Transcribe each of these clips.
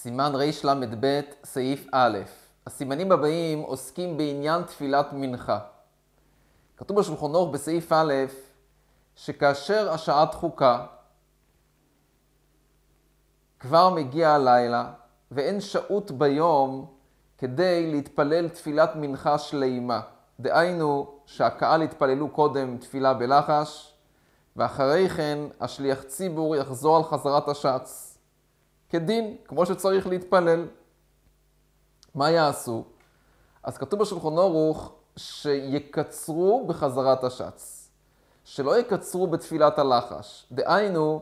סימן רל"ב, סעיף א'. הסימנים הבאים עוסקים בעניין תפילת מנחה. כתוב בשולחן ערוך בסעיף א', שכאשר השעה דחוקה, כבר מגיע הלילה, ואין שעות ביום כדי להתפלל תפילת מנחה שלימה. דהיינו שהקהל יתפללו קודם תפילה בלחש, ואחרי כן השליח ציבור יחזור על חזרת השץ. כדין, כמו שצריך להתפלל. מה יעשו? אז כתוב בשולחן ערוך שיקצרו בחזרת השץ. שלא יקצרו בתפילת הלחש. דהיינו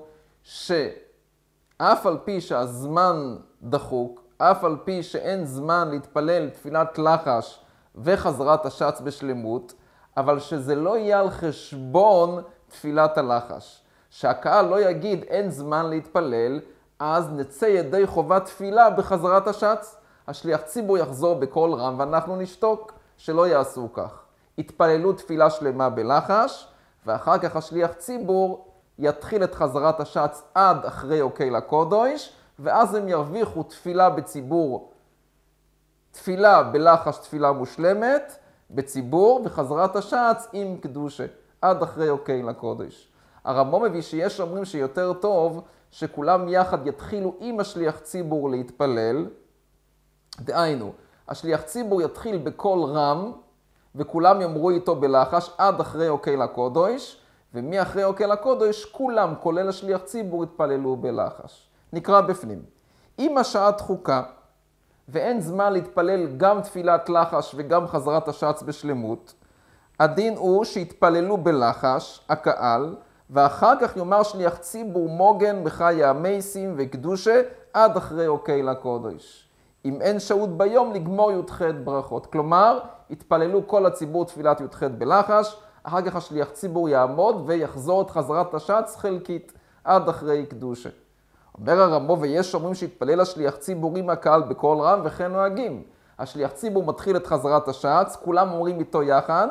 שאף על פי שהזמן דחוק, אף על פי שאין זמן להתפלל תפילת לחש וחזרת השץ בשלמות, אבל שזה לא יהיה על חשבון תפילת הלחש. שהקהל לא יגיד אין זמן להתפלל, אז נצא ידי חובת תפילה בחזרת השץ. השליח ציבור יחזור בקול רם ואנחנו נשתוק, שלא יעשו כך. יתפללו תפילה שלמה בלחש, ואחר כך השליח ציבור יתחיל את חזרת השץ עד אחרי אוקיי לקודש, ואז הם ירוויחו תפילה בציבור, תפילה בלחש, תפילה מושלמת בציבור, וחזרת השץ עם קדושה, עד אחרי אוקיי לקודש. הרמב"ם מביא שיש אומרים שיותר טוב שכולם יחד יתחילו עם השליח ציבור להתפלל. דהיינו, השליח ציבור יתחיל בקול רם, וכולם יאמרו איתו בלחש עד אחרי אוקיי לקודש, ומי אחרי אוקיי לקודש כולם, כולל השליח ציבור, יתפללו בלחש. נקרא בפנים. אם השעה דחוקה, ואין זמן להתפלל גם תפילת לחש וגם חזרת השץ בשלמות, הדין הוא שיתפללו בלחש, הקהל, ואחר כך יאמר שליח ציבור מוגן בחיי המייסים וקדושה עד אחרי אוקיי לקודש. אם אין שהות ביום לגמור י"ח ברכות. כלומר, יתפללו כל הציבור תפילת י"ח בלחש, אחר כך השליח ציבור יעמוד ויחזור את חזרת השץ חלקית עד אחרי קדושה. אומר הרמב"ם, ויש אומרים שיתפלל השליח ציבור עם הקהל בקול רם וכן נוהגים. השליח ציבור מתחיל את חזרת השץ, כולם אומרים איתו יחד,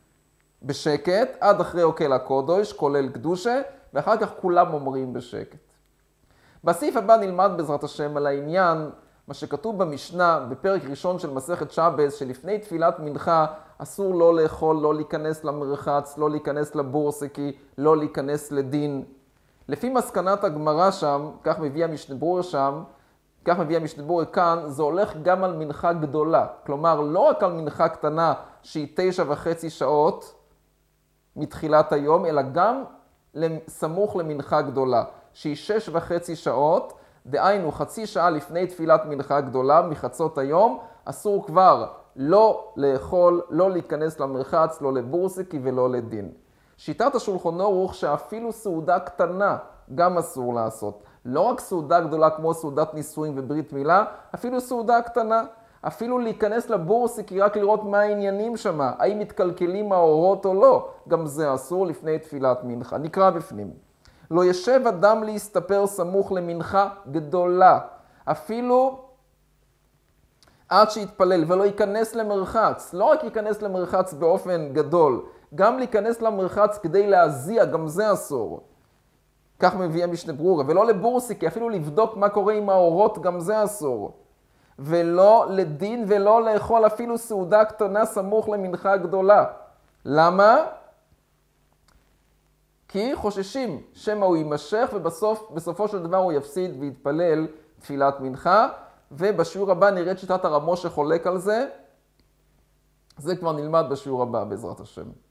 בשקט, עד אחרי אוקיי לקודש, כולל קדושה, ואחר כך כולם אומרים בשקט. בסעיף הבא נלמד בעזרת השם על העניין, מה שכתוב במשנה, בפרק ראשון של מסכת שבס, שלפני תפילת מנחה אסור לא לאכול, לא להיכנס למרחץ, לא להיכנס לבורסקי, לא להיכנס לדין. לפי מסקנת הגמרא שם, כך מביא המשנה ברורה שם, כך מביא המשנה ברורה כאן, זה הולך גם על מנחה גדולה. כלומר, לא רק על מנחה קטנה שהיא 9.5 שעות מתחילת היום, אלא גם סמוך למנחה גדולה, שהיא 6.5 שעות, דהיינו חצי שעה לפני תפילת מנחה גדולה, מחצות היום, אסור כבר לא לאכול, לא להיכנס למרחץ, לא לבורסקי ולא לדין. שיטת השולחן ערוך שאפילו סעודה קטנה גם אסור לעשות. לא רק סעודה גדולה כמו סעודת נישואין וברית מילה, אפילו סעודה קטנה. אפילו להיכנס לבורסקי רק לראות מה העניינים שם, האם מתקלקלים האורות או לא, גם זה אסור לפני תפילת מנחה. נקרא בפנים. לא ישב אדם להסתפר סמוך למנחה גדולה, אפילו עד שיתפלל ולא ייכנס למרחץ. לא רק ייכנס למרחץ באופן גדול, גם להיכנס למרחץ כדי להזיע, גם זה אסור. כך מביא המשנה ברורה. ולא לבורסקי, אפילו לבדוק מה קורה עם האורות, גם זה אסור. ולא לדין ולא לאכול אפילו סעודה קטנה סמוך למנחה גדולה. למה? כי חוששים שמא הוא יימשך ובסופו של דבר הוא יפסיד ויתפלל תפילת מנחה. ובשיעור הבא נראה את שיטת הרמ"א שחולק על זה. זה כבר נלמד בשיעור הבא בעזרת השם.